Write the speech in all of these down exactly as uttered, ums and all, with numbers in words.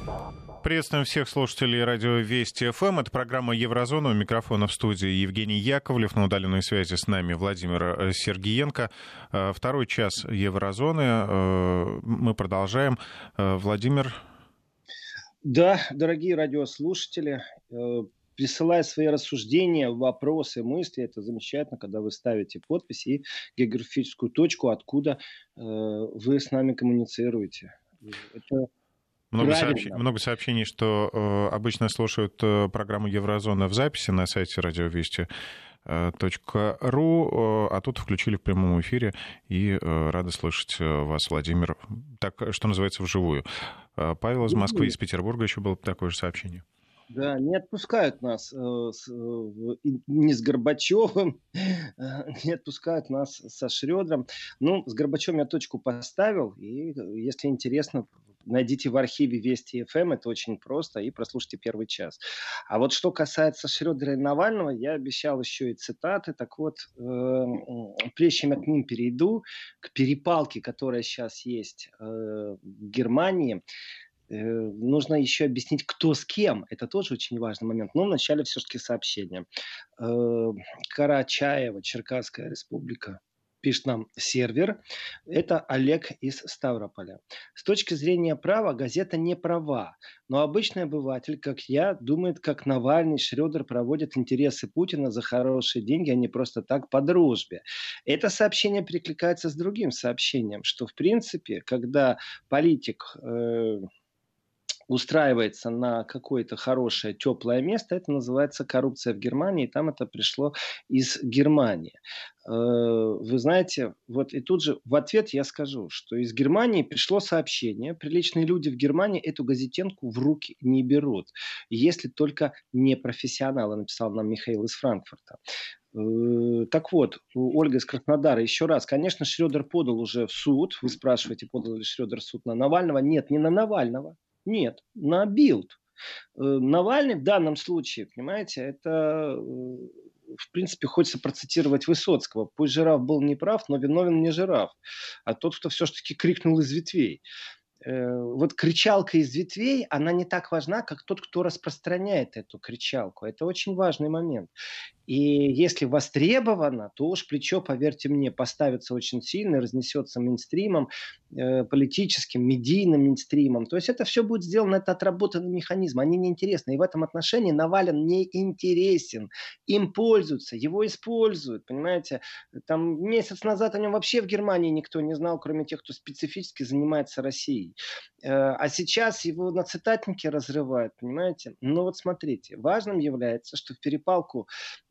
Приветствуем всех слушателей радио Вести ФМ. Это программа «Еврозона». У микрофона в студии Евгений Яковлев. На удаленной связи с нами Владимир Сергиенко. Второй час Еврозоны. Мы продолжаем. Владимир. Да, дорогие радиослушатели, присылая свои рассуждения, вопросы, мысли, это замечательно, когда вы ставите подпись и географическую точку, откуда вы с нами коммуницируете. Это Много, сообщ... Много сообщений, что э, обычно слушают э, программу «Еврозона» в записи на сайте радиовести точка ру, э, а тут включили в прямом эфире, и э, рады слышать вас, Владимир, так, что называется, вживую. Э, Павел из Москвы, из Петербурга еще было такое же сообщение. Да, не отпускают нас э, с, э, не с Горбачевым, э, не отпускают нас со Шрёдером. Ну, с Горбачевым я точку поставил, и если интересно, найдите в архиве Вести ФМ, это очень просто, и прослушайте первый час. А вот что касается Шрёдера и Навального, я обещал еще и цитаты. Так вот, э, прежде чем я к ним перейду, к перепалке, которая сейчас есть э, в Германии, нужно еще объяснить, кто с кем. Это тоже очень важный момент. Но вначале все-таки сообщение. Карачаево, Черкасская республика. Пишет нам сервер. Это Олег из Ставрополя. С точки зрения права газета не права. Но обычный обыватель, как я, думает, как Навальный, Шрёдер проводят интересы Путина за хорошие деньги, а не просто так по дружбе. Это сообщение перекликается с другим сообщением, что в принципе, когда политик... Э- устраивается на какое-то хорошее, теплое место, это называется коррупция в Германии, и там это пришло из Германии. Вы знаете, вот и тут же в ответ я скажу, что из Германии пришло сообщение, приличные люди в Германии эту газетенку в руки не берут, если только не профессионалы, написал нам Михаил из Франкфурта. Так вот, Ольга из Краснодара, еще раз, конечно, Шрёдер подал уже в суд, вы спрашиваете, подал ли Шрёдер в суд на Навального, нет, не на Навального. Нет, на Билд. Навальный в данном случае, понимаете, это, в принципе, хочется процитировать Высоцкого. Пусть жираф был неправ, но виновен не жираф, а тот, кто все-таки крикнул из ветвей. Вот кричалка из ветвей, она не так важна, как тот, кто распространяет эту кричалку. Это очень важный момент. И если востребовано, то уж плечо, поверьте мне, поставится очень сильно, разнесется мейнстримом, э, политическим, медийным мейнстримом. То есть это все будет сделано, это отработанный механизм. Они неинтересны. И в этом отношении Навальный не интересен. Им пользуются, его используют. Понимаете, там месяц назад о нем вообще в Германии никто не знал, кроме тех, кто специфически занимается Россией. Э, а сейчас его на цитатнике разрывают, понимаете. Но вот смотрите, важным является, что в перепалку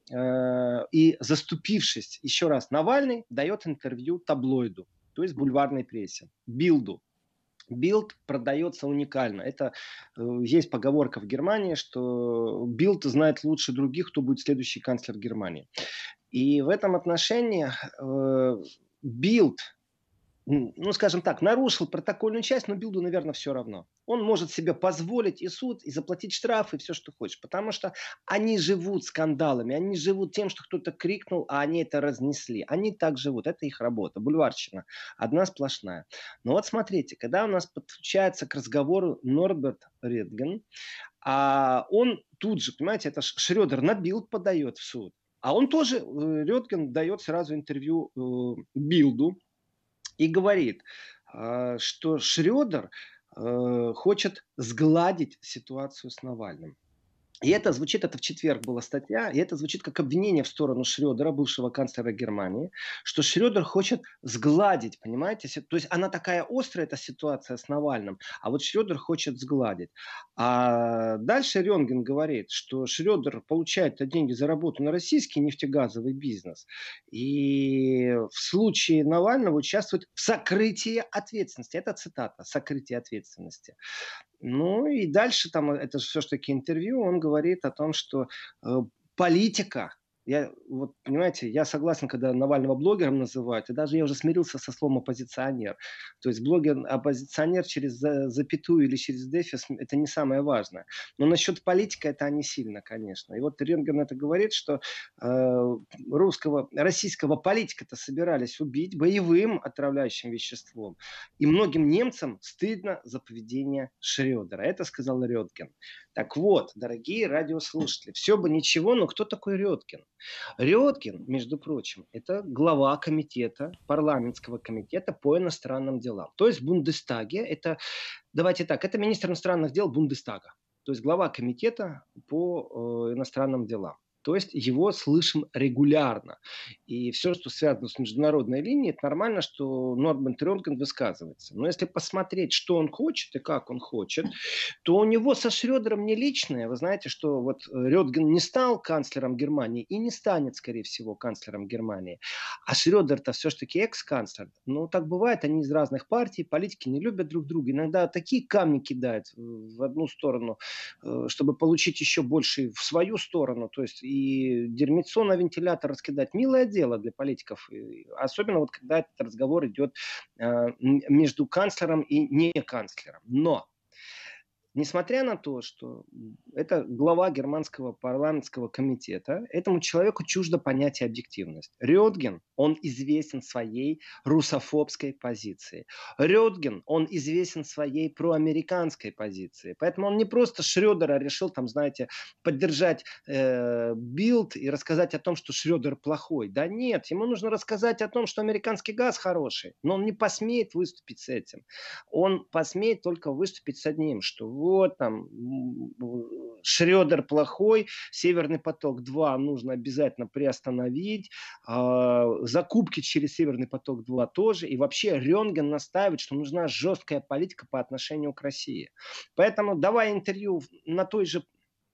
и заступившись, еще раз, Навальный дает интервью таблоиду, то есть бульварной прессе, Билду. Билд продается уникально. Это э, есть поговорка в Германии, что Билд знает лучше других, кто будет следующий канцлер Германии. И в этом отношении э, Билд, ну, скажем так, нарушил протокольную часть, но Билду, наверное, все равно. Он может себе позволить и суд, и заплатить штрафы, и все, что хочешь. Потому что они живут скандалами, они живут тем, что кто-то крикнул, а они это разнесли. Они так живут, это их работа. Бульварщина одна сплошная. Но вот смотрите, когда у нас подключается к разговору Норберт Редген, а он тут же, понимаете, это Шрёдер на Билд подает в суд. А он тоже, Редген, дает сразу интервью э, Билду, и говорит, что Шрёдер хочет сгладить ситуацию с Навальным. И это звучит, это в четверг была статья, и это звучит как обвинение в сторону Шрёдера, бывшего канцлера Германии, что Шрёдер хочет сгладить, понимаете? То есть она такая острая, эта ситуация с Навальным, а вот Шрёдер хочет сгладить. А дальше Рёнген говорит, что Шрёдер получает деньги за работу на российский нефтегазовый бизнес, и в случае Навального участвует в сокрытии ответственности. Это цитата, сокрытие ответственности. Ну и дальше, там, это же все-таки интервью, он говорит о том, что э, политика Я, вот, понимаете, я согласен, когда Навального блогером называют, и даже я уже смирился со словом оппозиционер. То есть блогер, оппозиционер через за- запятую или через дефис, это не самое важное. Но насчет политика это не сильно, конечно. И вот Рентген это говорит, что э, русского, российского политика-то собирались убить боевым отравляющим веществом. И многим немцам стыдно за поведение Шрёдера. Это сказал Рентген. Так вот, дорогие радиослушатели, все бы ничего, но кто такой Рёткин? Рёткин, между прочим, это глава комитета, парламентского комитета по иностранным делам. То есть в Бундестаге, это, давайте так, это министр иностранных дел Бундестага. То есть глава комитета по э, иностранным делам. То есть его слышим регулярно. И все, что связано с международной линией, это нормально, что Норберт Рёткин высказывается. Но если посмотреть, что он хочет и как он хочет, то у него со Шрёдером не личное. Вы знаете, что вот Рётген не стал канцлером Германии и не станет, скорее всего, канцлером Германии. А Шрёдер-то все-таки экс-канцлер. Ну, так бывает, они из разных партий, политики не любят друг друга. Иногда такие камни кидают в одну сторону, чтобы получить еще больше в свою сторону. То есть и дерьмецо на вентилятор раскидать. Милое дело для политиков. Особенно вот когда этот разговор идет между канцлером и не канцлером. Но несмотря на то, что это глава германского парламентского комитета, этому человеку чуждо понятие объективность. Рётген, он известен своей русофобской позицией. Рётген, он известен своей проамериканской позицией. Поэтому он не просто Шрёдера решил, там, знаете, поддержать э, Билд и рассказать о том, что Шрёдер плохой. Да нет, ему нужно рассказать о том, что американский газ хороший. Но он не посмеет выступить с этим. Он посмеет только выступить с одним, что вот там Шрёдер плохой, Северный поток-два нужно обязательно приостановить, э, закупки через Северный поток-два тоже, и вообще Рётген настаивает, что нужна жесткая политика по отношению к России. Поэтому давая интервью на той же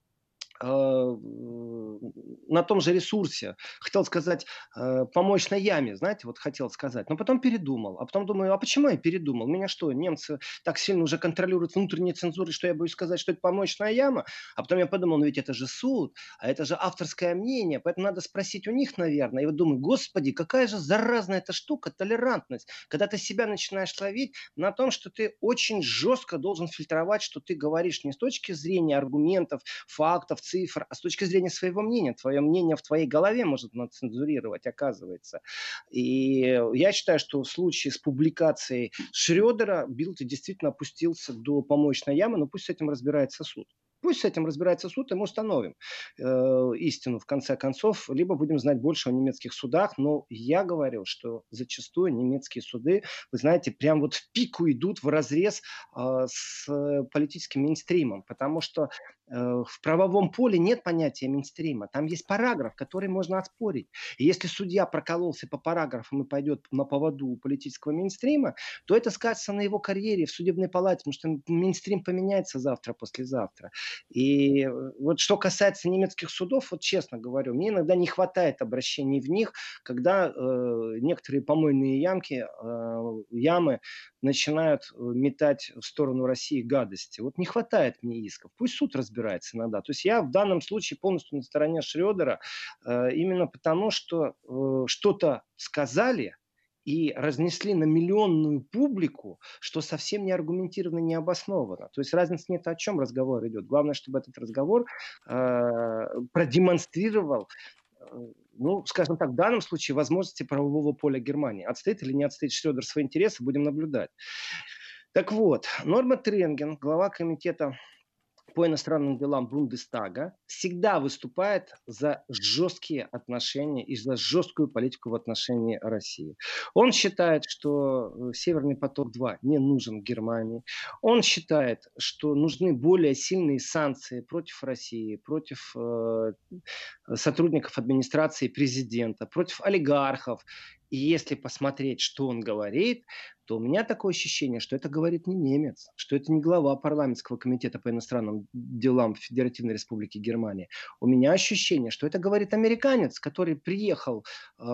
на том же ресурсе, хотел сказать, помощной яме, знаете, вот хотел сказать, но потом передумал, а потом думаю, а почему я передумал? Меня что, немцы так сильно уже контролируют внутренней цензурой, что я боюсь сказать, что это помощная яма? А потом я подумал, ну ведь это же суд, а это же авторское мнение, поэтому надо спросить у них, наверное. И вот думаю, господи, какая же заразная эта штука, толерантность, когда ты себя начинаешь ловить на том, что ты очень жестко должен фильтровать, что ты говоришь не с точки зрения аргументов, фактов, цифр, а с точки зрения своего мнения. Твое мнение в твоей голове может нацензурировать, оказывается. И я считаю, что в случае с публикацией Шрёдера Билд действительно опустился до помоечной ямы, но пусть с этим разбирается суд. Пусть с этим разбирается суд, и мы установим э, истину в конце концов, либо будем знать больше о немецких судах. Но я говорю, что зачастую немецкие суды, вы знаете, прям вот в пику идут вразрез э, с политическим мейнстримом, потому что э, в правовом поле нет понятия мейнстрима. Там есть параграф, который можно оспорить. И если судья прокололся по параграфам и пойдет на поводу у политического мейнстрима, то это скажется на его карьере в судебной палате, потому что мейнстрим поменяется завтра-послезавтра. И вот что касается немецких судов, вот честно говорю, мне иногда не хватает обращений в них, когда э, некоторые помойные ямки, э, ямы начинают метать в сторону России гадости. Вот не хватает мне исков. Пусть суд разбирается иногда. То есть я в данном случае полностью на стороне Шрёдера э, именно потому, что э, что-то сказали и разнесли на миллионную публику, что совсем не аргументированно, не обосновано. То есть разницы нет, о чем разговор идет. Главное, чтобы этот разговор э, продемонстрировал, э, ну, скажем так, в данном случае возможности правового поля Германии. Отстоит или не отстоит Шрёдер свои интересы, будем наблюдать. Так вот, Норберт Рентген, глава комитета по иностранным делам Бундестага, всегда выступает за жесткие отношения и за жесткую политику в отношении России. Он считает, что Северный поток-два не нужен Германии. Он считает, что нужны более сильные санкции против России, против э, сотрудников администрации президента, против олигархов. И если посмотреть, что он говорит, то у меня такое ощущение, что это говорит не немец, что это не глава парламентского комитета по иностранным делам Федеративной Республики Германия. У меня ощущение, что это говорит американец, который приехал э,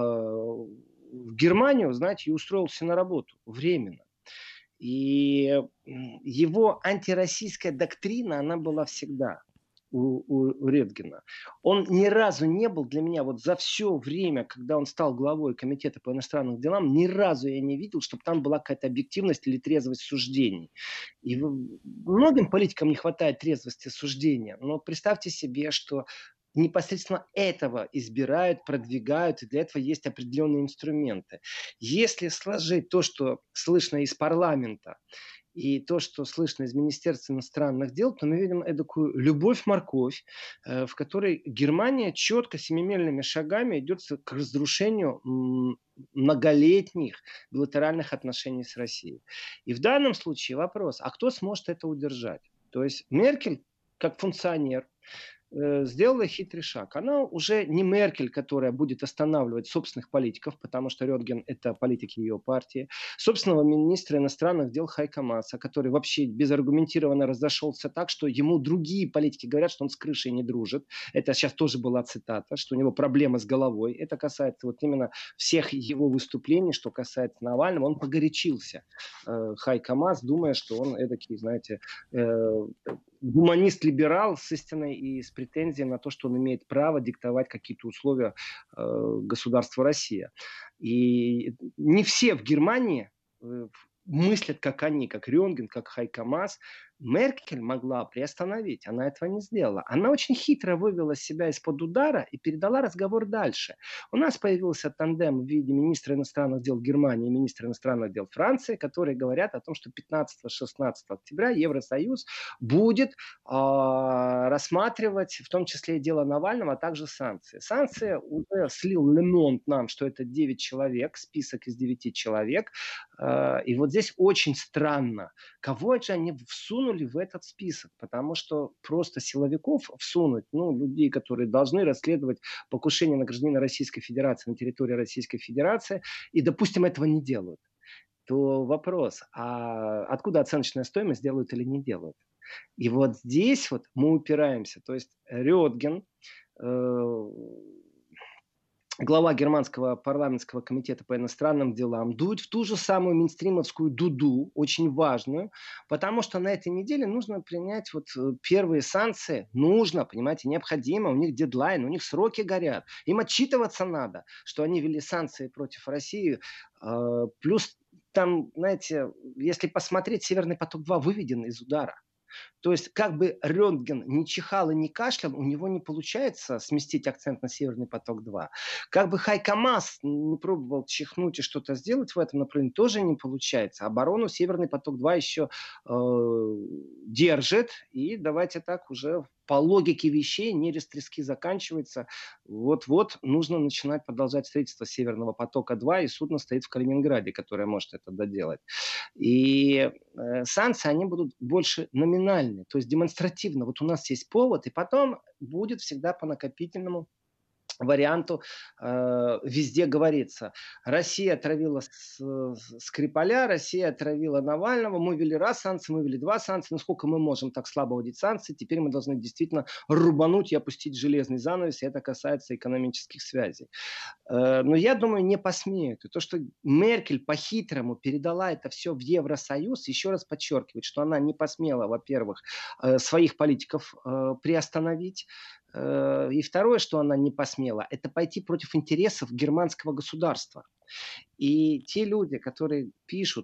в Германию, знаете, и устроился на работу временно. И его антироссийская доктрина, она была всегда. у, у, у Редгена. Он ни разу не был для меня, вот за все время, когда он стал главой комитета по иностранным делам, ни разу я не видел, чтобы там была какая-то объективность или трезвость суждений. И многим политикам не хватает трезвости суждения. Но представьте себе, что непосредственно этого избирают, продвигают, и для этого есть определенные инструменты. Если сложить то, что слышно из парламента, и то, что слышно из Министерства иностранных дел, то мы видим эдакую любовь-морковь, в которой Германия четко семимильными шагами идет к разрушению многолетних билатеральных отношений с Россией. И в данном случае вопрос, а кто сможет это удержать? То есть Меркель, как функционер, сделала хитрый шаг. Она уже не Меркель, которая будет останавливать собственных политиков, потому что Рётген – это политик ее партии, собственного министра иностранных дел Хайка Мааса, который вообще безаргументированно разошелся так, что ему другие политики говорят, что он с крышей не дружит. Это сейчас тоже была цитата, что у него проблемы с головой. Это касается вот именно всех его выступлений, что касается Навального. Он погорячился, Хайка Маас, думая, что он эдакий, знаете, гуманист-либерал с истиной и с претензией на то, что он имеет право диктовать какие-то условия э, государства Россия. И не все в Германии э, мыслят, как они, как Рётген, как Хайка Маас. Меркель могла приостановить, она этого не сделала. Она очень хитро вывела себя из-под удара и передала разговор дальше. У нас появился тандем в виде министра иностранных дел Германии и министра иностранных дел Франции, которые говорят о том, что пятнадцатого-шестнадцатого октября Евросоюз будет э, рассматривать в том числе и дело Навального, а также санкции. Санкции уже слил Лемонт нам, что это девять человек, список из девяти человек. Э, и вот здесь очень странно, кого же они всунули в этот список, потому что просто силовиков всунуть, ну, людей, которые должны расследовать покушение на гражданина Российской Федерации на территории Российской Федерации, и, допустим, этого не делают, то вопрос, а откуда оценочная стоимость, делают или не делают? И вот здесь вот мы упираемся. То есть Рётген, э, глава германского парламентского комитета по иностранным делам, дует в ту же самую мейнстримовскую дуду, очень важную, потому что на этой неделе нужно принять вот первые санкции. Нужно, понимаете, необходимо. У них дедлайн, у них сроки горят. Им отчитываться надо, что они ввели санкции против России. Плюс там, знаете, если посмотреть, Северный поток-два выведен из удара. То есть, как бы Рётген не чихал и не кашлял, у него не получается сместить акцент на Северный поток-два. Как бы Хайка Маас не пробовал чихнуть и что-то сделать в этом направлении, тоже не получается. Оборону Северный поток-два еще э, держит. И давайте так уже по логике вещей нерез трески заканчивается. Вот-вот нужно начинать продолжать строительство Северного потока-два, и судно стоит в Калининграде, которое может это доделать. И э, санкции, они будут больше номинальны, то есть демонстративно. Вот у нас есть повод, и потом будет всегда по накопительному варианту э, везде говорится. Россия отравила с, Скрипаля, Россия отравила Навального, мы ввели раз санкции, мы ввели два санкции, насколько мы можем так слабо вводить санкции, теперь мы должны действительно рубануть и опустить железный занавес, и это касается экономических связей. Э, но я думаю, не посмеют. И то, что Меркель по-хитрому передала это все в Евросоюз, еще раз подчеркивает, что она не посмела, во-первых, э, своих политиков э, приостановить. И второе, что она не посмела, это пойти против интересов германского государства. И те люди, которые пишут,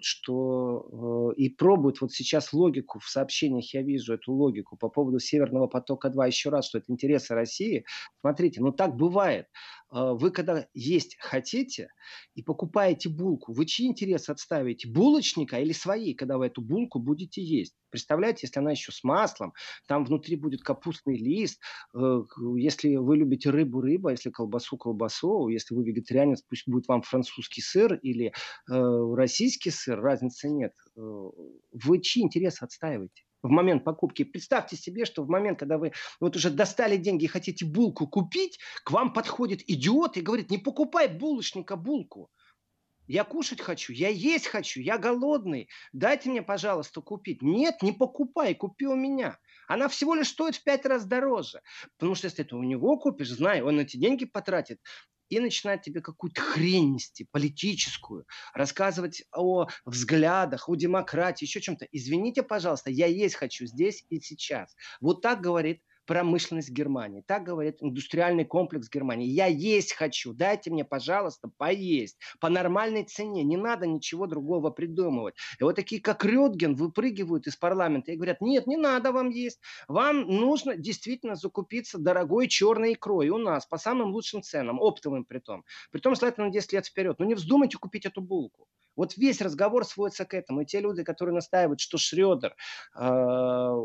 что э, и пробуют вот сейчас логику, в сообщениях я вижу эту логику по поводу Северного потока-два еще раз, что это интересы России. Смотрите, ну так бывает. Э, вы когда есть хотите и покупаете булку, вы чьи интересы отставите? Булочника или свои, когда вы эту булку будете есть? Представляете, если она еще с маслом, там внутри будет капустный лист, э, если вы любите рыбу, рыба, если колбасу, колбасу, если вы вегетарианец, пусть будет вам французский сыр или э, российский сыр, разницы нет. Э, вы чьи интересы отстаиваете в момент покупки? Представьте себе, что в момент, когда вы вот уже достали деньги и хотите булку купить, к вам подходит идиот и говорит: не покупай булочника булку. Я кушать хочу, я есть хочу, я голодный. Дайте мне, пожалуйста, купить. Нет, не покупай, купи у меня. Она всего лишь стоит в пять раз дороже. Потому что если ты у него купишь, знай, он эти деньги потратит и начинает тебе какую-то хрень нести, политическую, рассказывать о взглядах, о демократии, еще чем-то. Извините, пожалуйста, я есть хочу здесь и сейчас. Вот так говорит промышленность Германии, так говорит индустриальный комплекс Германии. Я есть хочу, дайте мне, пожалуйста, поесть по нормальной цене, не надо ничего другого придумывать. И вот такие, как Рёдген, выпрыгивают из парламента и говорят, нет, не надо вам есть, вам нужно действительно закупиться дорогой черной икрой у нас по самым лучшим ценам, оптовым притом. Притом, желательно на десять лет вперед. Ну не вздумайте купить эту булку. Вот весь разговор сводится к этому. И те люди, которые настаивают, что Шрёдер э,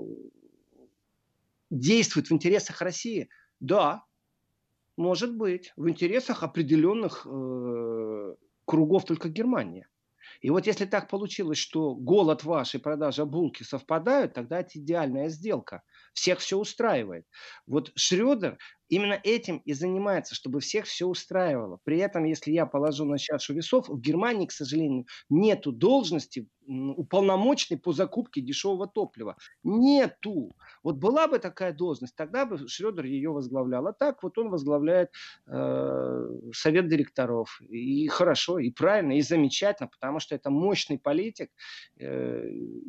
действует в интересах России, да, может быть, в интересах определенных э, кругов только Германии. И вот если так получилось, что голод ваш и продажа булки совпадают, тогда это идеальная сделка. Всех все устраивает. Вот Шрёдер именно этим и занимается, чтобы всех все устраивало. При этом, если я положу на чашу весов, в Германии, к сожалению, нету должности уполномоченной по закупке дешевого топлива. Нету. Вот была бы такая должность, тогда бы Шрёдер ее возглавлял. А так вот он возглавляет э, совет директоров. И хорошо, и правильно, и замечательно, потому что это мощный политик. Э,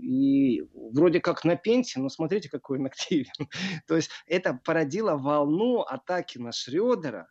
и вроде как на пенсии, но смотрите, какой он активен. То есть это породило волну атаки на Шрёдера.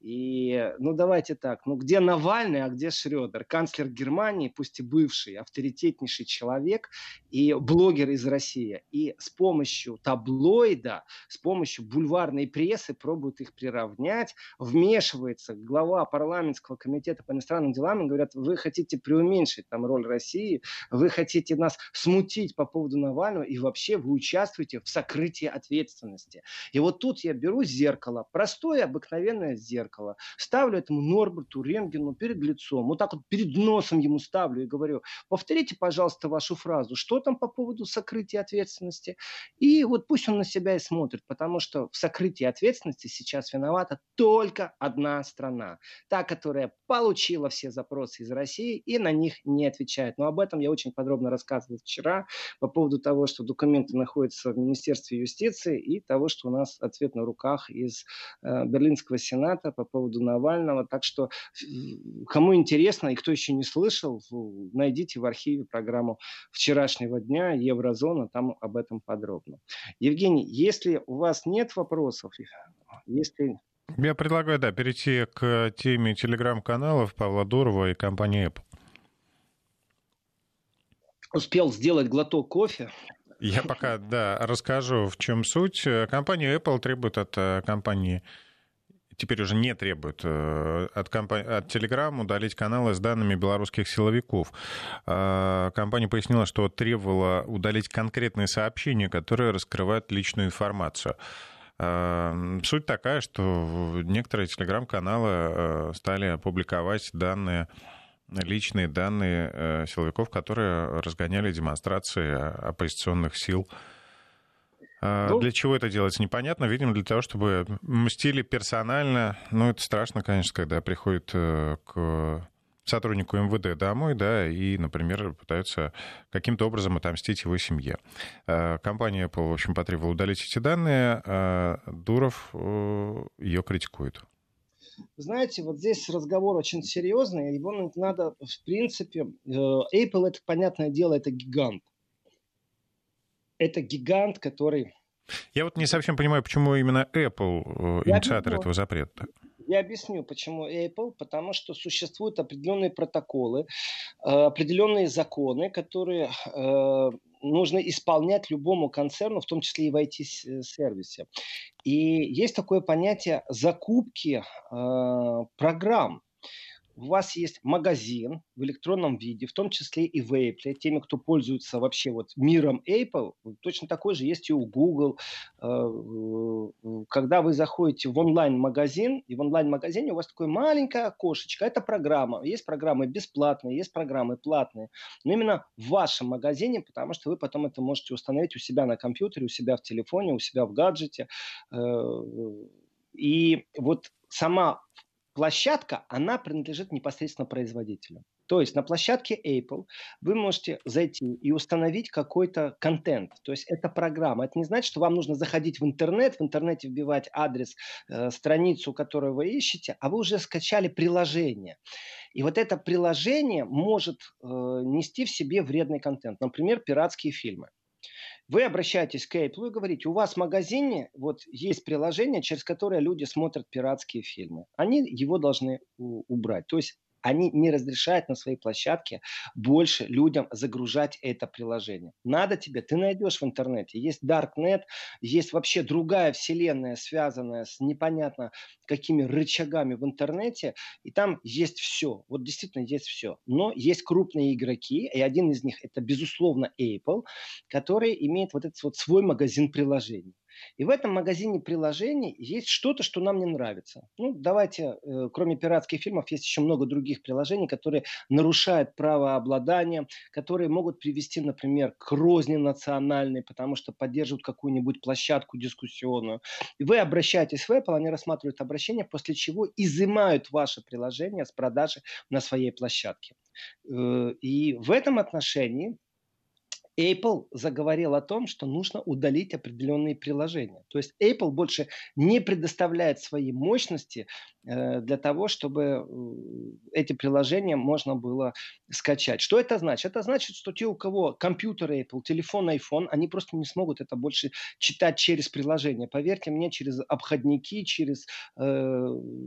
И, ну, давайте так, ну, где Навальный, а где Шрёдер? Канцлер Германии, пусть и бывший, авторитетнейший человек и блогер из России. И с помощью таблоида, с помощью бульварной прессы пробуют их приравнять. Вмешивается глава парламентского комитета по иностранным делам и говорят, вы хотите преуменьшить там роль России, вы хотите нас смутить по поводу Навального, и вообще вы участвуете в сокрытии ответственности. И вот тут я беру зеркало, простое обыкновенное зеркало, ставлю этому Норберту Рентгену перед лицом, вот так вот перед носом ему ставлю и говорю, повторите, пожалуйста, вашу фразу, что там по поводу сокрытия ответственности. И вот пусть он на себя и смотрит, потому что в сокрытии ответственности сейчас виновата только одна страна. Та, которая получила все запросы из России и на них не отвечает. Но об этом я очень подробно рассказывал вчера по поводу того, что документы находятся в Министерстве юстиции и того, что у нас ответ на руках из э, Берлинского сената по поводу Навального. Так что, кому интересно и кто еще не слышал, найдите в архиве программу вчерашнего дня Еврозона, там об этом подробно. Евгений, если у вас нет вопросов, если... Я предлагаю, да, перейти к теме телеграм-каналов Павла Дурова и компании Apple. Успел сделать глоток кофе. Я пока, да, расскажу, в чем суть. Компания Apple требует от компании... Теперь уже не требует от, компании, от Telegram удалить каналы с данными белорусских силовиков. Компания пояснила, что требовала удалить конкретные сообщения, которые раскрывают личную информацию. Суть такая, что некоторые Telegram-каналы стали публиковать данные, личные данные силовиков, которые разгоняли демонстрации оппозиционных сил. Ну, для чего это делается, непонятно. Видимо, для того, чтобы мстили персонально. Ну, это страшно, конечно, когда приходит к сотруднику эм вэ дэ домой, да, и, например, пытаются каким-то образом отомстить его семье. Компания Apple, в общем, потребовала удалить эти данные, а Дуров ее критикует. Знаете, вот здесь разговор очень серьезный, его надо, в принципе, Apple, это, понятное дело, это гигант. Это гигант, который... Я вот не совсем понимаю, почему именно Apple инициатор этого запрета. Я объясню, почему Apple. Потому что существуют определенные протоколы, определенные законы, которые нужно исполнять любому концерну, в том числе и в ай ти-сервисе. И есть такое понятие закупки программ. У вас есть магазин в электронном виде, в том числе и в Apple. Теми, кто пользуется вообще вот миром Apple, точно такой же есть и у Google. Когда вы заходите в онлайн-магазин, и в онлайн-магазине у вас такое маленькое окошечко. Это программа. Есть программы бесплатные, есть программы платные. Но именно в вашем магазине, потому что вы потом это можете установить у себя на компьютере, у себя в телефоне, у себя в гаджете. И вот сама площадка, она принадлежит непосредственно производителю. То есть на площадке Apple вы можете зайти и установить какой-то контент. То есть это программа. Это не значит, что вам нужно заходить в интернет, в интернете вбивать адрес, э, страницу, которую вы ищете, а вы уже скачали приложение. И вот это приложение может э, нести в себе вредный контент. Например, пиратские фильмы. Вы обращаетесь к Apple и говорите, у вас в магазине вот есть приложение, через которое люди смотрят пиратские фильмы. Они его должны у- убрать. То есть они не разрешают на своей площадке больше людям загружать это приложение. Надо тебе, ты найдешь в интернете. Есть Darknet, есть вообще другая вселенная, связанная с непонятно какими рычагами в интернете. И там есть все. Вот действительно есть все. Но есть крупные игроки, и один из них это, безусловно, Apple, который имеет вот этот вот свой магазин приложений. И в этом магазине приложений есть что-то, что нам не нравится. Ну, давайте, э, кроме пиратских фильмов, есть еще много других приложений, которые нарушают правообладание, которые могут привести, например, к розни национальной, потому что поддерживают какую-нибудь площадку дискуссионную. И вы обращаетесь в Apple, они рассматривают обращение, после чего изымают ваше приложение с продажи на своей площадке. Э, И в этом отношении Apple заговорил о том, что нужно удалить определенные приложения. То есть Apple больше не предоставляет свои мощности э, для того, чтобы э, эти приложения можно было скачать. Что это значит? Это значит, что те, у кого компьютер Apple, телефон iPhone, они просто не смогут это больше читать через приложение. Поверьте мне, через обходники, через э,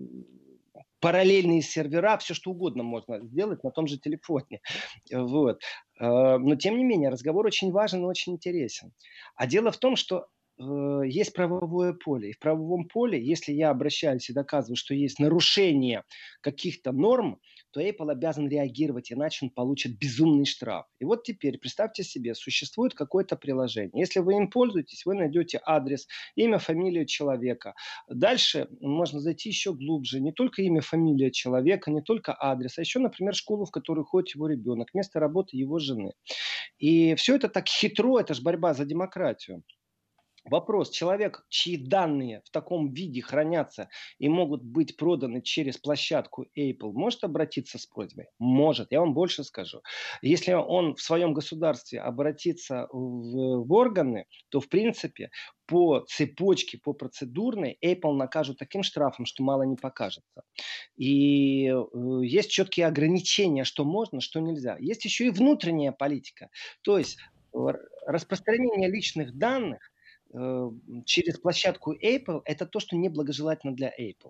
параллельные сервера, все что угодно можно сделать на том же телефоне. Вот. Э, Но, тем не менее, разговор очень важен и очень интересен. А дело в том, что э, есть правовое поле. И в правовом поле, если я обращаюсь и доказываю, что есть нарушение каких-то норм, то Apple обязан реагировать, иначе он получит безумный штраф. И вот теперь представьте себе, существует какое-то приложение. Если вы им пользуетесь, вы найдете адрес, имя, фамилию человека. Дальше можно зайти еще глубже. Не только имя, фамилия человека, не только адрес, а еще, например, школу, в которую ходит его ребенок, место работы его жены. И все это так хитро, это же борьба за демократию. Вопрос, человек, чьи данные в таком виде хранятся и могут быть проданы через площадку Apple, может обратиться с просьбой? Может. Я вам больше скажу. Если он в своем государстве обратится в, в органы, то, в принципе, по цепочке, по процедурной, Apple накажут таким штрафом, что мало не покажется. И э, есть четкие ограничения, что можно, что нельзя. Есть еще и внутренняя политика. То есть э, распространение личных данных э, через площадку Apple, это то, что неблагожелательно для Apple.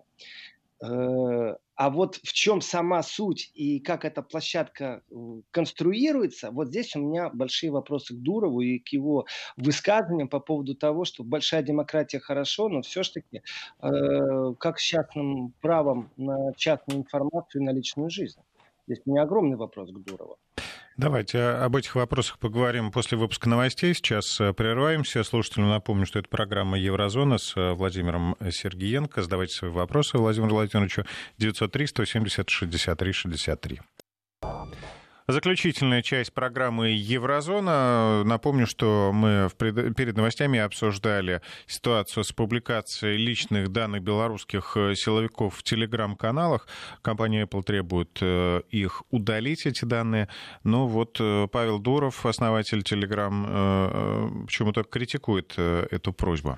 Э, А вот в чем сама суть и как эта площадка э, конструируется, вот здесь у меня большие вопросы к Дурову и к его высказываниям по поводу того, что большая демократия хорошо, но все-таки как с частным правом на частную информацию и на личную жизнь. Здесь у меня огромный вопрос к Дурову. Давайте об этих вопросах поговорим после выпуска новостей. Сейчас прерываемся. Слушателям напомню, что это программа «Еврозона» с Владимиром Сергиенко. Задавайте свои вопросы Владимиру Владимировичу. девятьсот три сто семьдесят шестьдесят три шестьдесят три. Заключительная часть программы «Еврозона». Напомню, что мы в пред... перед новостями обсуждали ситуацию с публикацией личных данных белорусских силовиков в телеграм-каналах. Компания Apple требует их удалить, эти данные. Но вот Павел Дуров, основатель Telegram, почему-то критикует эту просьбу.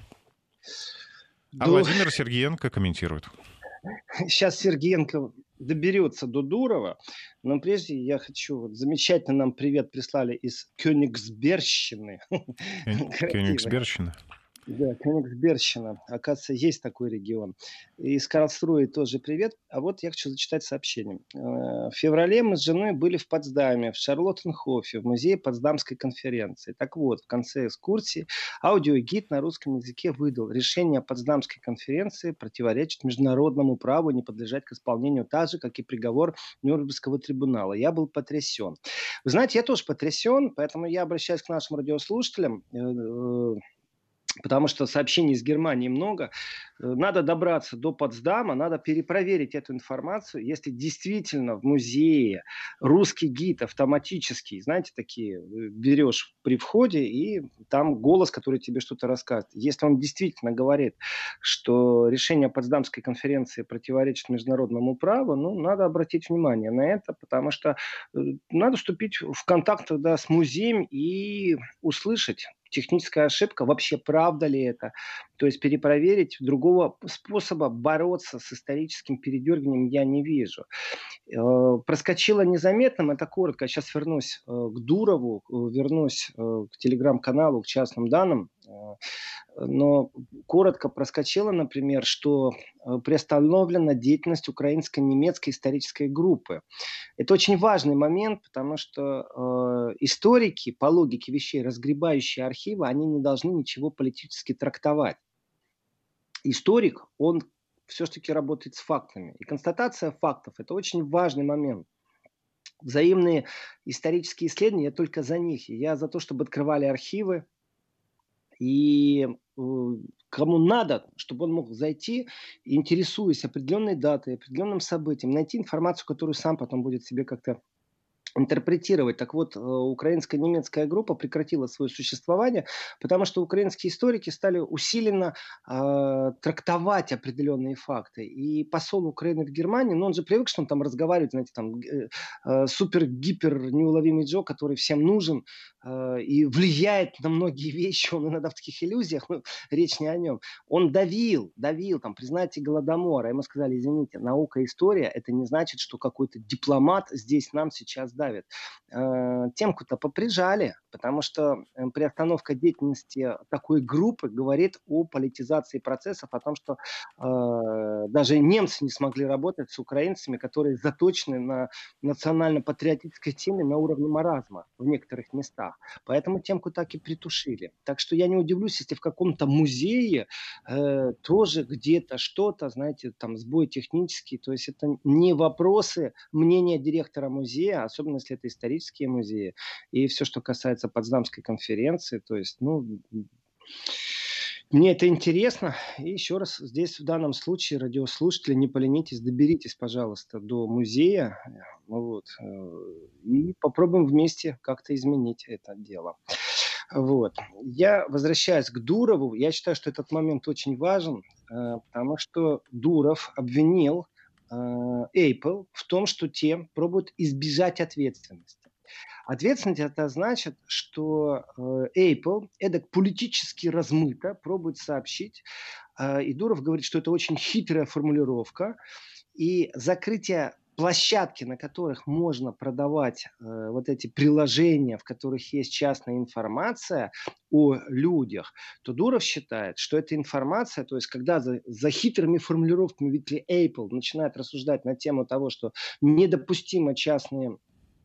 А Ду... Владимир Сергиенко комментирует. Сейчас Сергиенко доберется до Дурова, но прежде я хочу... Вот, замечательно нам привет прислали из Кёнигсбергщины. Кёнигсбергщина? Да, Кёнигсбергщина. Оказывается, есть такой регион. Из Карлсруэ тоже привет. А вот я хочу зачитать сообщение. В феврале мы с женой были в Потсдаме, в Шарлоттенхофе, в музее Потсдамской конференции. Так вот, в конце экскурсии аудиогид на русском языке выдал: решение Потсдамской конференции противоречит международному праву, не подлежать к исполнению так же, как и приговор Нюрнбергского трибунала. Я был потрясен. Вы знаете, я тоже потрясен, поэтому я обращаюсь к нашим радиослушателям. Потому что сообщений из Германии много. Надо добраться до Потсдама, надо перепроверить эту информацию. Если действительно в музее русский гид автоматический, знаете, такие, берешь при входе, и там голос, который тебе что-то рассказывает. Если он действительно говорит, что решение Потсдамской конференции противоречит международному праву, ну, надо обратить внимание на это, потому что надо вступить в контакт тогда с музеем и услышать, техническая ошибка, вообще правда ли это? То есть перепроверить, другого способа бороться с историческим передергиванием я не вижу. Э, Проскочило незаметным, это коротко. Я сейчас вернусь э, к Дурову, э, вернусь э, к телеграм-каналу, к частным данным. Э, Но коротко проскочило, например, что э, приостановлена деятельность украинско-немецкой исторической группы. Это очень важный момент, потому что э, историки, по логике вещей, разгребающие архивы, они не должны ничего политически трактовать. Историк, он все-таки работает с фактами. И констатация фактов – это очень важный момент. Взаимные исторические исследования, я только за них. Я за то, чтобы открывали архивы. И э, кому надо, чтобы он мог зайти, интересуясь определенной датой, определенным событием, найти информацию, которую сам потом будет себе как-то интерпретировать. Так вот, э, украинско-немецкая группа прекратила свое существование, потому что украинские историки стали усиленно э, трактовать определенные факты. И посол Украины в Германии, ну он же привык, что он там разговаривает, знаете, там э, э, супер-гипер неуловимый Джо, который всем нужен э, и влияет на многие вещи, он иногда в таких иллюзиях, но речь не о нем. Он давил, давил, там, признайте Голодомор, а ему сказали, извините, наука и история, это не значит, что какой-то дипломат здесь нам сейчас давит. Э, Темку-то поприжали, потому что э, приостановка деятельности такой группы говорит о политизации процессов, о том, что э, даже немцы не смогли работать с украинцами, которые заточены на национально-патриотической теме на уровне маразма в некоторых местах. Поэтому темку так и притушили. Так что я не удивлюсь, если в каком-то музее э, тоже где-то что-то, знаете, там сбой технический. То есть это не вопросы мнения директора музея, особенно если это исторические музеи. И все, что касается Потсдамской конференции, то есть, ну, мне это интересно. И еще раз, здесь в данном случае, радиослушатели, не поленитесь, доберитесь, пожалуйста, до музея. Вот, и попробуем вместе как-то изменить это дело. Вот. Я возвращаюсь к Дурову. Я считаю, что этот момент очень важен, потому что Дуров обвинил Apple в том, что те пробуют избежать ответственности. Ответственность это значит, что Apple эдак политически размыто пробует сообщить, и Дуров говорит, что это очень хитрая формулировка, и закрытие площадки, на которых можно продавать э, вот эти приложения, в которых есть частная информация о людях, то Дуров считает, что эта информация, то есть когда за, за хитрыми формулировками, видите ли, Apple начинает рассуждать на тему того, что недопустимо частные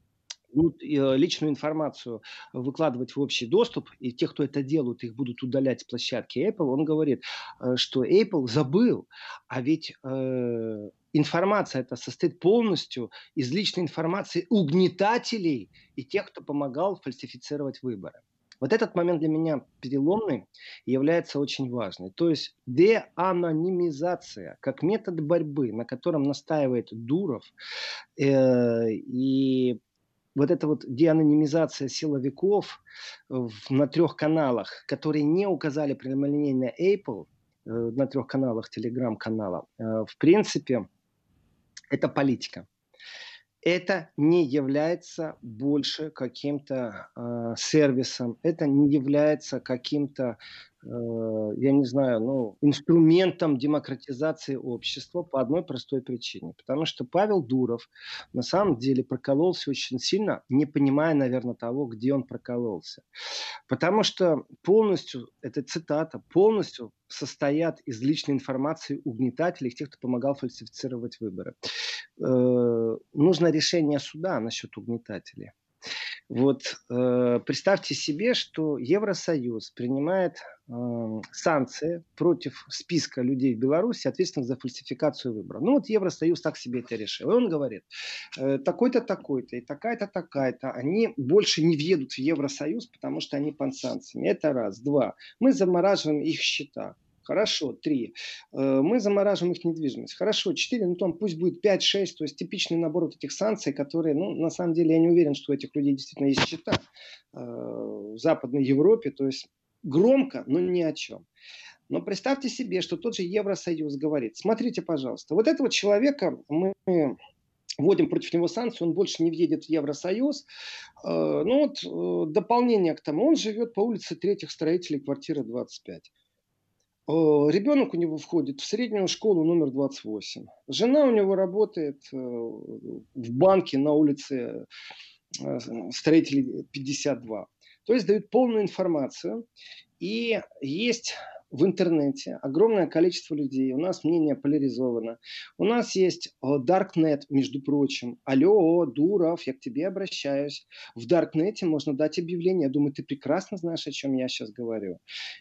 личную информацию выкладывать в общий доступ, и те, кто это делают, их будут удалять с площадки Apple, он говорит, что Apple забыл, а ведь э, информация эта состоит полностью из личной информации угнетателей и тех, кто помогал фальсифицировать выборы. Вот этот момент для меня переломный и является очень важным. То есть деанонимизация как метод борьбы, на котором настаивает Дуров, э, и вот эта вот деанонимизация силовиков в, на трех каналах, которые не указали прямолинейно Apple, э, на трех каналах телеграм-канала, э, в принципе, это политика. Это не является больше каким-то э, сервисом, это не является каким-то, э, я не знаю, ну, инструментом демократизации общества по одной простой причине. Потому что Павел Дуров на самом деле прокололся очень сильно, не понимая, наверное, того, где он прокололся. Потому что полностью, это цитата, полностью состоят из личной информации угнетателей, тех, кто помогал фальсифицировать выборы. Э, нужно решение суда насчет угнетателей. Вот э, представьте себе, что Евросоюз принимает э, санкции против списка людей в Беларуси, ответственных за фальсификацию выборов. Ну вот Евросоюз так себе это решил. И он говорит, э, такой-то, такой-то и такая-то, такая-то, они больше не въедут в Евросоюз, потому что они под санкциями. Это раз. Два. Мы замораживаем их счета. Хорошо, три. Мы замораживаем их недвижимость. Хорошо, четыре, ну там пусть будет пять-шесть, то есть типичный набор вот этих санкций, которые, ну, на самом деле, я не уверен, что у этих людей действительно есть счета в Западной Европе, то есть громко, но ни о чем. Но представьте себе, что тот же Евросоюз говорит, смотрите, пожалуйста, вот этого человека мы вводим против него санкции, он больше не въедет в Евросоюз. Ну вот дополнение к тому, он живет по улице Третьих Строителей, квартира двадцать пять. Ребенок у него входит в среднюю школу номер двадцать восемь. Жена у него работает в банке на улице Строителей пятьдесят два. То есть дают полную информацию. И есть в интернете огромное количество людей. У нас мнение поляризовано. У нас есть Darknet, между прочим. Алло, Дуров, я к тебе обращаюсь. В Darknet можно дать объявление. Я думаю, ты прекрасно знаешь, о чем я сейчас говорю.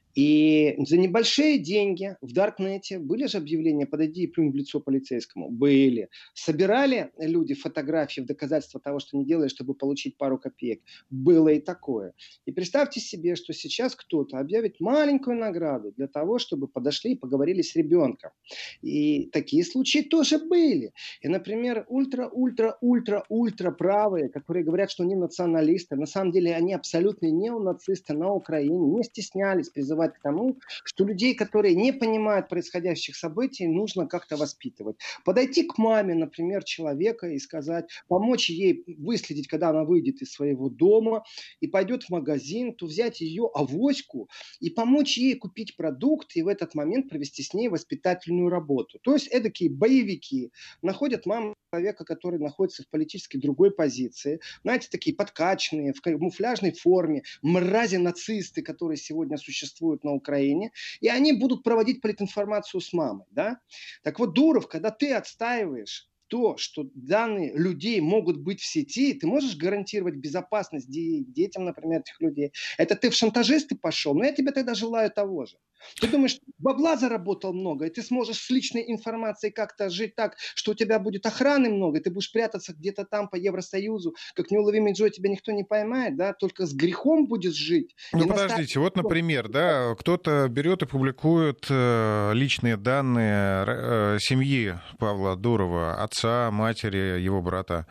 И за небольшие деньги в Даркнете были же объявления «подойди и плюнь в лицо полицейскому». Были. Собирали люди фотографии в доказательство того, что не делали, чтобы получить пару копеек. Было и такое. И представьте себе, что сейчас кто-то объявит маленькую награду для того, чтобы подошли и поговорили с ребенком. И такие случаи тоже были. И, например, ультра-ультра-ультра-ультра правые, которые говорят, что они националисты, на самом деле они абсолютные неонацисты на Украине, не стеснялись призывать к тому, что людей, которые не понимают происходящих событий, нужно как-то воспитывать. Подойти к маме, например, человека и сказать, помочь ей выследить, когда она выйдет из своего дома и пойдет в магазин, то взять ее авоську и помочь ей купить продукт и в этот момент провести с ней воспитательную работу. То есть эдакие боевики находят маму человека, который находится в политически другой позиции, знаете, такие подкачанные, в камуфляжной форме, мрази-нацисты, которые сегодня существуют на Украине, и они будут проводить политинформацию с мамой. Да? Так вот, Дуров, когда ты отстаиваешь то, что данные людей могут быть в сети, ты можешь гарантировать безопасность детям, например, этих людей. Это ты в шантажисты пошел, но я тебе тогда желаю того же. Ты думаешь, бабла заработал много, и ты сможешь с личной информацией как-то жить так, что у тебя будет охраны много, и ты будешь прятаться где-то там по Евросоюзу, как неуловимый Джой, тебя никто не поймает, да, только с грехом будешь жить. Ну, подождите, наставить... вот, например, да, кто-то берет и публикует личные данные семьи Павла Дурова, отца, матери, его брата.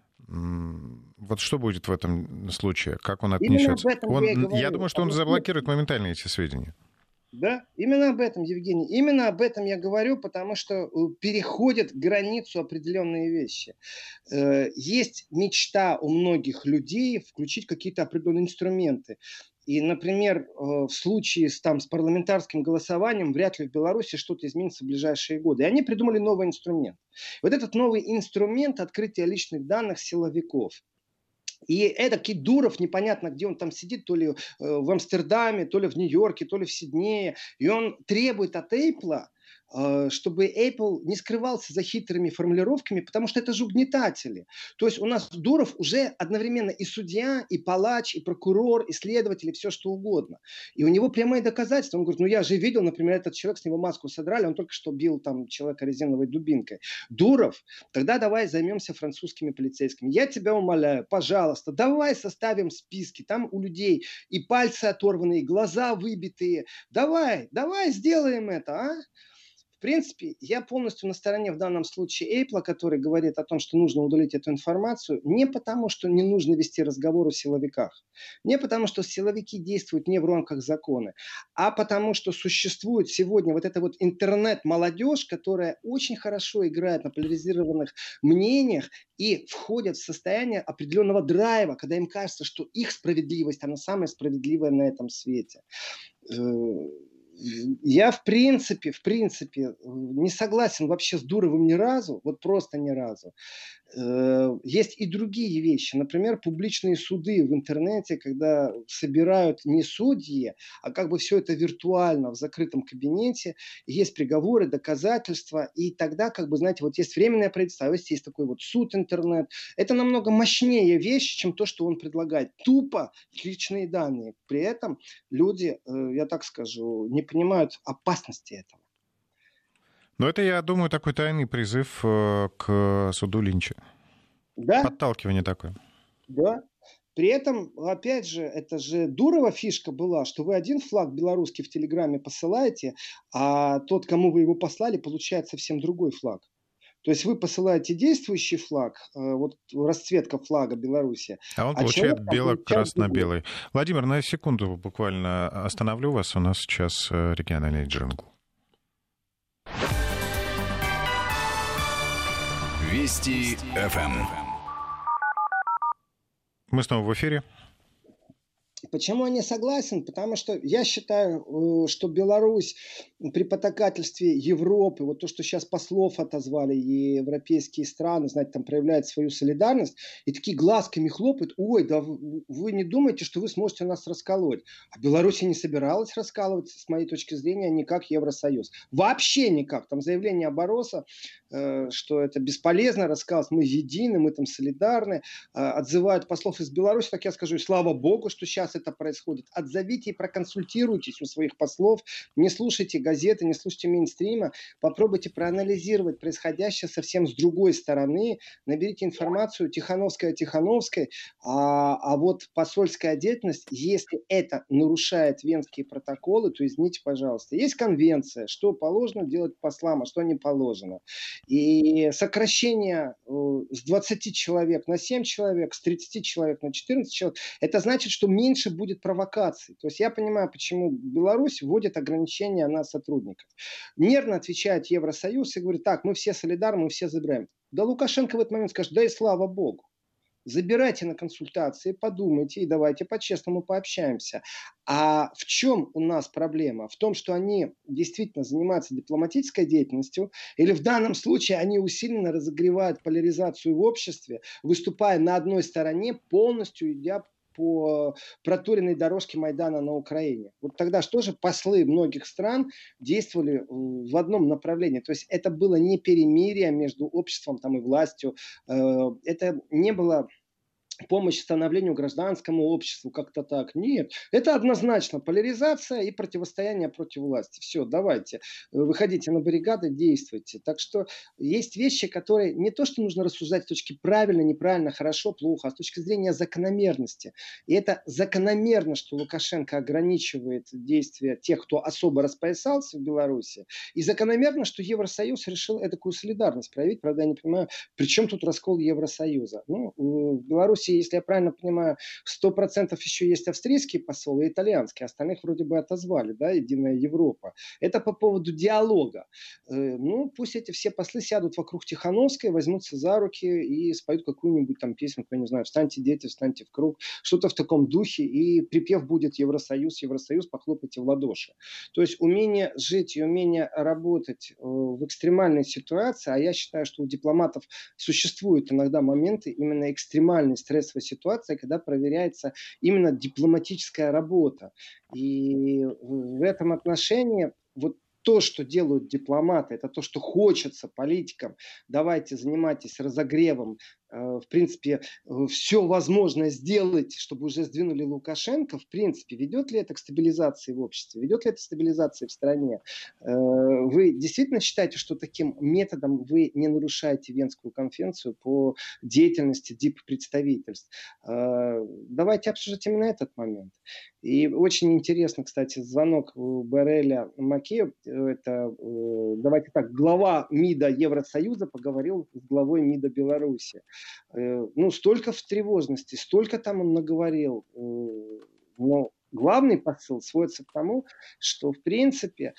Вот что будет в этом случае? Как он отнесется? Он, я, я думаю, что он заблокирует моментально эти сведения. Да, именно об этом, Евгений. Именно об этом я говорю, потому что переходят границу определенные вещи. Есть мечта у многих людей включить какие-то определенные инструменты. И, например, в случае с, там, с парламентарским голосованием вряд ли в Беларуси что-то изменится в ближайшие годы. И они придумали новый инструмент. Вот этот новый инструмент открытия личных данных силовиков. И эдакий Дуров, непонятно, где он там сидит, то ли в Амстердаме, то ли в Нью-Йорке, то ли в Сиднее. И он требует от Apple, чтобы Apple не скрывался за хитрыми формулировками, потому что это же угнетатели. То есть у нас Дуров уже одновременно и судья, и палач, и прокурор, и следователь, и все что угодно. И у него прямые доказательства. Он говорит, ну я же видел, например, этот человек, с него маску содрали, он только что бил там человека резиновой дубинкой. Дуров, тогда давай займемся французскими полицейскими. Я тебя умоляю, пожалуйста, давай составим списки. Там у людей и пальцы оторванные, и глаза выбитые. Давай, давай сделаем это, а? В принципе, я полностью на стороне в данном случае Apple, который говорит о том, что нужно удалить эту информацию, не потому, что не нужно вести разговор о силовиках, не потому, что силовики действуют не в рамках закона, а потому, что существует сегодня вот эта вот интернет-молодежь, которая очень хорошо играет на поляризированных мнениях и входит в состояние определенного драйва, когда им кажется, что их справедливость, она самая справедливая на этом свете. Я в принципе, в принципе не согласен вообще с Дуровым ни разу, вот просто ни разу. Есть и другие вещи, например, публичные суды в интернете, когда собирают не судьи, а как бы все это виртуально в закрытом кабинете, есть приговоры, доказательства, и тогда, как бы, знаете, вот есть временное правительство, а есть такой вот суд интернет. Это намного мощнее вещь, чем то, что он предлагает. Тупо личные данные. При этом люди, я так скажу, не понимают опасности этого. Но это, я думаю, такой тайный призыв к суду Линча. Да. Подталкивание такое. Да. При этом, опять же, это же Дурова фишка была, что вы один флаг белорусский в Телеграме посылаете, а тот, кому вы его послали, получает совсем другой флаг. То есть вы посылаете действующий флаг, вот расцветка флага Беларуси. А он а получает бело-красно-белый. Владимир, на секунду буквально остановлю вас. У нас сейчас региональный джингл. Вести эф эм. Мы снова в эфире. Почему я не согласен? Потому что я считаю, что Беларусь при потакательстве Европы, вот то, что сейчас послов отозвали, и европейские страны, знаете, там проявляют свою солидарность, и такие глазками хлопают: ой, да вы не думаете, что вы сможете нас расколоть. А Беларусь не собиралась раскалывать, с моей точки зрения, никак Евросоюз. Вообще никак. Там заявление Барроса, что это бесполезно раскалывать, мы едины, мы там солидарны, отзывают послов из Беларуси, так я скажу, слава богу, что сейчас это происходит. Отзовите и проконсультируйтесь у своих послов, не слушайте газеты, не слушайте мейнстрима, попробуйте проанализировать происходящее совсем с другой стороны, наберите информацию Тихановская Тихановской, а, а вот посольская деятельность, если это нарушает венские протоколы, то извините, пожалуйста. Есть конвенция, что положено делать послам, а что не положено. И сокращение с двадцати человек на семь человек, с тридцати человек на четырнадцать человек, это значит, что меньше будет провокаций. То есть я понимаю, почему Беларусь вводит ограничения на сотрудников. Нервно отвечает Евросоюз и говорит: так, мы все солидарны, мы все забираем. Да Лукашенко в этот момент скажет: да и слава богу. Забирайте на консультации, подумайте и давайте по-честному пообщаемся. А в чем у нас проблема? В том, что они действительно занимаются дипломатической деятельностью, или в данном случае они усиленно разогревают поляризацию в обществе, выступая на одной стороне, полностью идя по проторенной дорожке Майдана на Украине. Вот тогда что же послы многих стран действовали в одном направлении. То есть это было не перемирие между обществом там, и властью. Это не было помощь становлению гражданскому обществу, как-то так. Нет. Это однозначно поляризация и противостояние против власти. Все, давайте. Выходите на баррикады, действуйте. Так что есть вещи, которые не то, что нужно рассуждать с точки правильно, неправильно, хорошо, плохо, а с точки зрения закономерности. И это закономерно, что Лукашенко ограничивает действия тех, кто особо распоясался в Беларуси. И закономерно, что Евросоюз решил такую солидарность проявить. Правда, я не понимаю, при чем тут раскол Евросоюза. Ну, в Беларуси, если я правильно понимаю, сто процентов еще есть австрийский посол и итальянский. Остальных вроде бы отозвали, да, Единая Европа. Это по поводу диалога. Ну, пусть эти все послы сядут вокруг Тихановской, возьмутся за руки и споют какую-нибудь там песню, я не знаю, «Встаньте, дети, встаньте в круг», что-то в таком духе, и припев будет «Евросоюз, Евросоюз, похлопайте в ладоши». То есть умение жить и умение работать в экстремальной ситуации, а я считаю, что у дипломатов существуют иногда моменты именно экстремальной стрессовой ситуации, когда проверяется именно дипломатическая работа. И в этом отношении вот то, что делают дипломаты, это то, что хочется политикам. Давайте занимайтесь разогревом. В принципе, все возможное сделать, чтобы уже сдвинули Лукашенко. В принципе, ведет ли это к стабилизации в обществе? Ведет ли это к стабилизации в стране? Вы действительно считаете, что таким методом вы не нарушаете Венскую конвенцию по деятельности диппредставительств? Давайте обсуждать именно этот момент. И очень интересно, кстати, звонок Бареля Маке. Это, давайте так, глава МИДа Евросоюза поговорил с главой МИДа Беларуси. Ну, столько встревожности, столько там он наговорил. Но главный посыл сводится к тому, что, в принципе,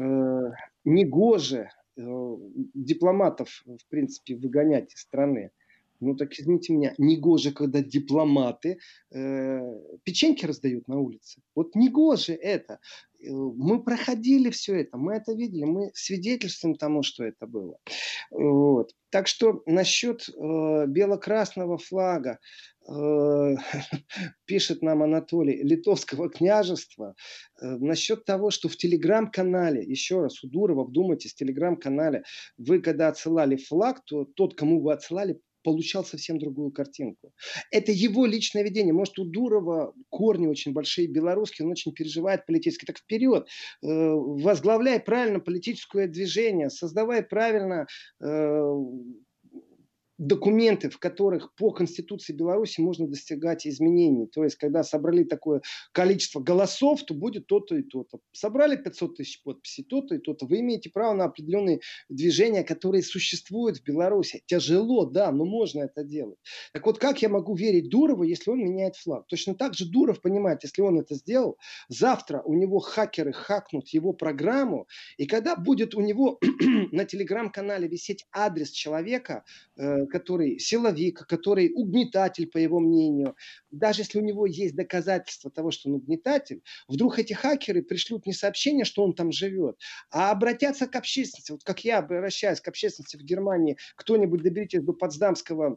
негоже дипломатов, в принципе, выгонять из страны. Ну, так извините меня, негоже, когда дипломаты э, печеньки раздают на улице. Вот негоже это. Мы проходили все это, мы это видели, мы свидетельствуем тому, что это было. Вот. Так что насчет э, бело-красного флага, э, пишет нам Анатолий, Литовского княжества, э, насчет того, что в телеграм-канале, еще раз, у Дурова, вдумайтесь, в телеграм-канале, вы когда отсылали флаг, то тот, кому вы отсылали, получал совсем другую картинку. Это его личное видение. Может, у Дурова корни очень большие белорусские, он очень переживает политически. Так вперед, э, возглавляй правильно политическое движение, создавай правильно э, документы, в которых по Конституции Беларуси можно достигать изменений. То есть, когда собрали такое количество голосов, то будет то-то и то-то. Собрали пятьсот тысяч подписей, то-то и то-то. Вы имеете право на определенные движения, которые существуют в Беларуси. Тяжело, да, но можно это делать. Так вот, как я могу верить Дурову, если он меняет флаг? Точно так же Дуров понимает, если он это сделал, завтра у него хакеры хакнут его программу, и когда будет у него на телеграм-канале висеть адрес человека, э, который силовик, который угнетатель, по его мнению, даже если у него есть доказательства того, что он угнетатель, вдруг эти хакеры пришлют не сообщение, что он там живет, а обратятся к общественности. Вот как я обращаюсь к общественности в Германии, кто-нибудь доберитесь до Потсдамского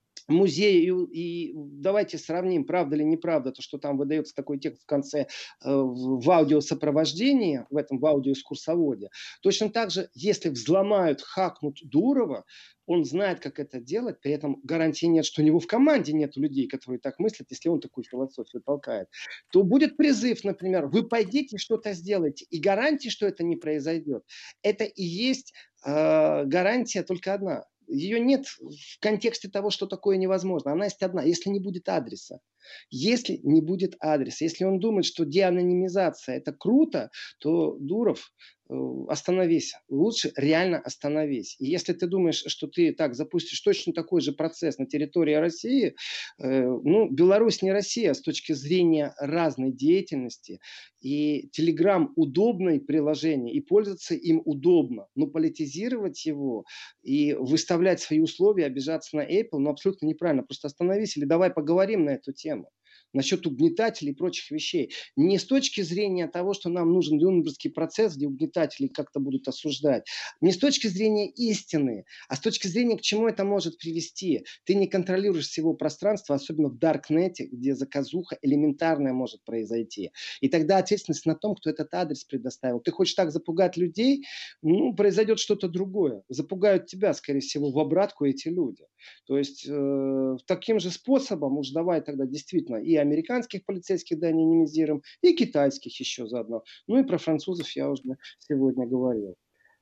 музею, и давайте сравним, правда или неправда, то, что там выдается такой текст в конце э, в аудиосопровождении, в этом в аудиоэкскурсоводе. Точно так же, если взломают, хакнут Дурова, он знает, как это делать, при этом гарантии нет, что у него в команде нет людей, которые так мыслят, если он такую философию толкает, то будет призыв, например, вы пойдите что-то сделайте, и гарантии, что это не произойдет. Это и есть э, гарантия только одна. Ее нет в контексте того, что такое невозможно. Она есть одна. Если не будет адреса. Если не будет адреса. Если он думает, что деанонимизация это круто, то, Дуров, остановись. Лучше реально остановись. И если ты думаешь, что ты так запустишь точно такой же процесс на территории России, э, ну, Беларусь не Россия с точки зрения разной деятельности. И Telegram удобное приложение, и пользоваться им удобно. Но политизировать его и выставлять свои условия, обижаться на Apple, ну, абсолютно неправильно. Просто остановись или давай поговорим на эту тему. Насчет угнетателей и прочих вещей. Не с точки зрения того, что нам нужен Нюрнбергский процесс, где угнетатели как-то будут осуждать. Не с точки зрения истины, а с точки зрения, к чему это может привести. Ты не контролируешь всего пространства, особенно в Даркнете, где заказуха элементарная может произойти. И тогда ответственность на том, кто этот адрес предоставил. Ты хочешь так запугать людей, ну, произойдет что-то другое. Запугают тебя, скорее всего, в обратку эти люди. То есть, э, таким же способом, уж давай тогда действительно и американских полицейских, да, анонимизируем, и китайских еще заодно. Ну и про французов я уже сегодня говорил.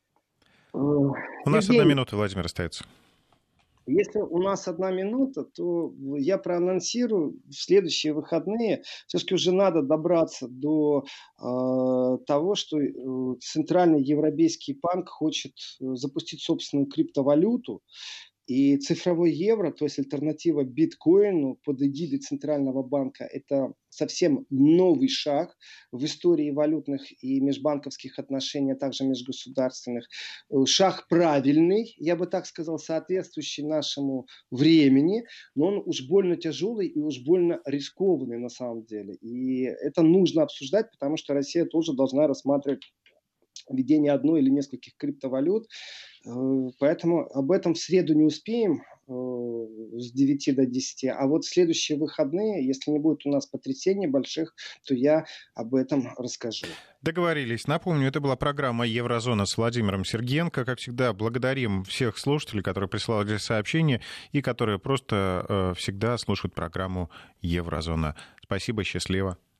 У нас одна минута, Владимир, остается. Если у нас одна минута, то я проанонсирую в следующие выходные. Все-таки уже надо добраться до э, того, что э, Центральный Европейский банк хочет запустить собственную криптовалюту. И цифровой евро, то есть альтернатива биткоину под эгидой Центрального банка, это совсем новый шаг в истории валютных и межбанковских отношений, а также межгосударственных. Шаг правильный, я бы так сказал, соответствующий нашему времени, но он уж больно тяжелый и уж больно рискованный на самом деле. И это нужно обсуждать, потому что Россия тоже должна рассматривать введение одной или нескольких криптовалют. Поэтому об этом в среду не успеем с девяти до десяти. А вот в следующие выходные, если не будет у нас потрясений больших, то я об этом расскажу. Договорились. Напомню, это была программа «Еврозона» с Владимиром Сергеенко. Как всегда, благодарим всех слушателей, которые присылали сообщения и которые просто всегда слушают программу «Еврозона». Спасибо, счастливо.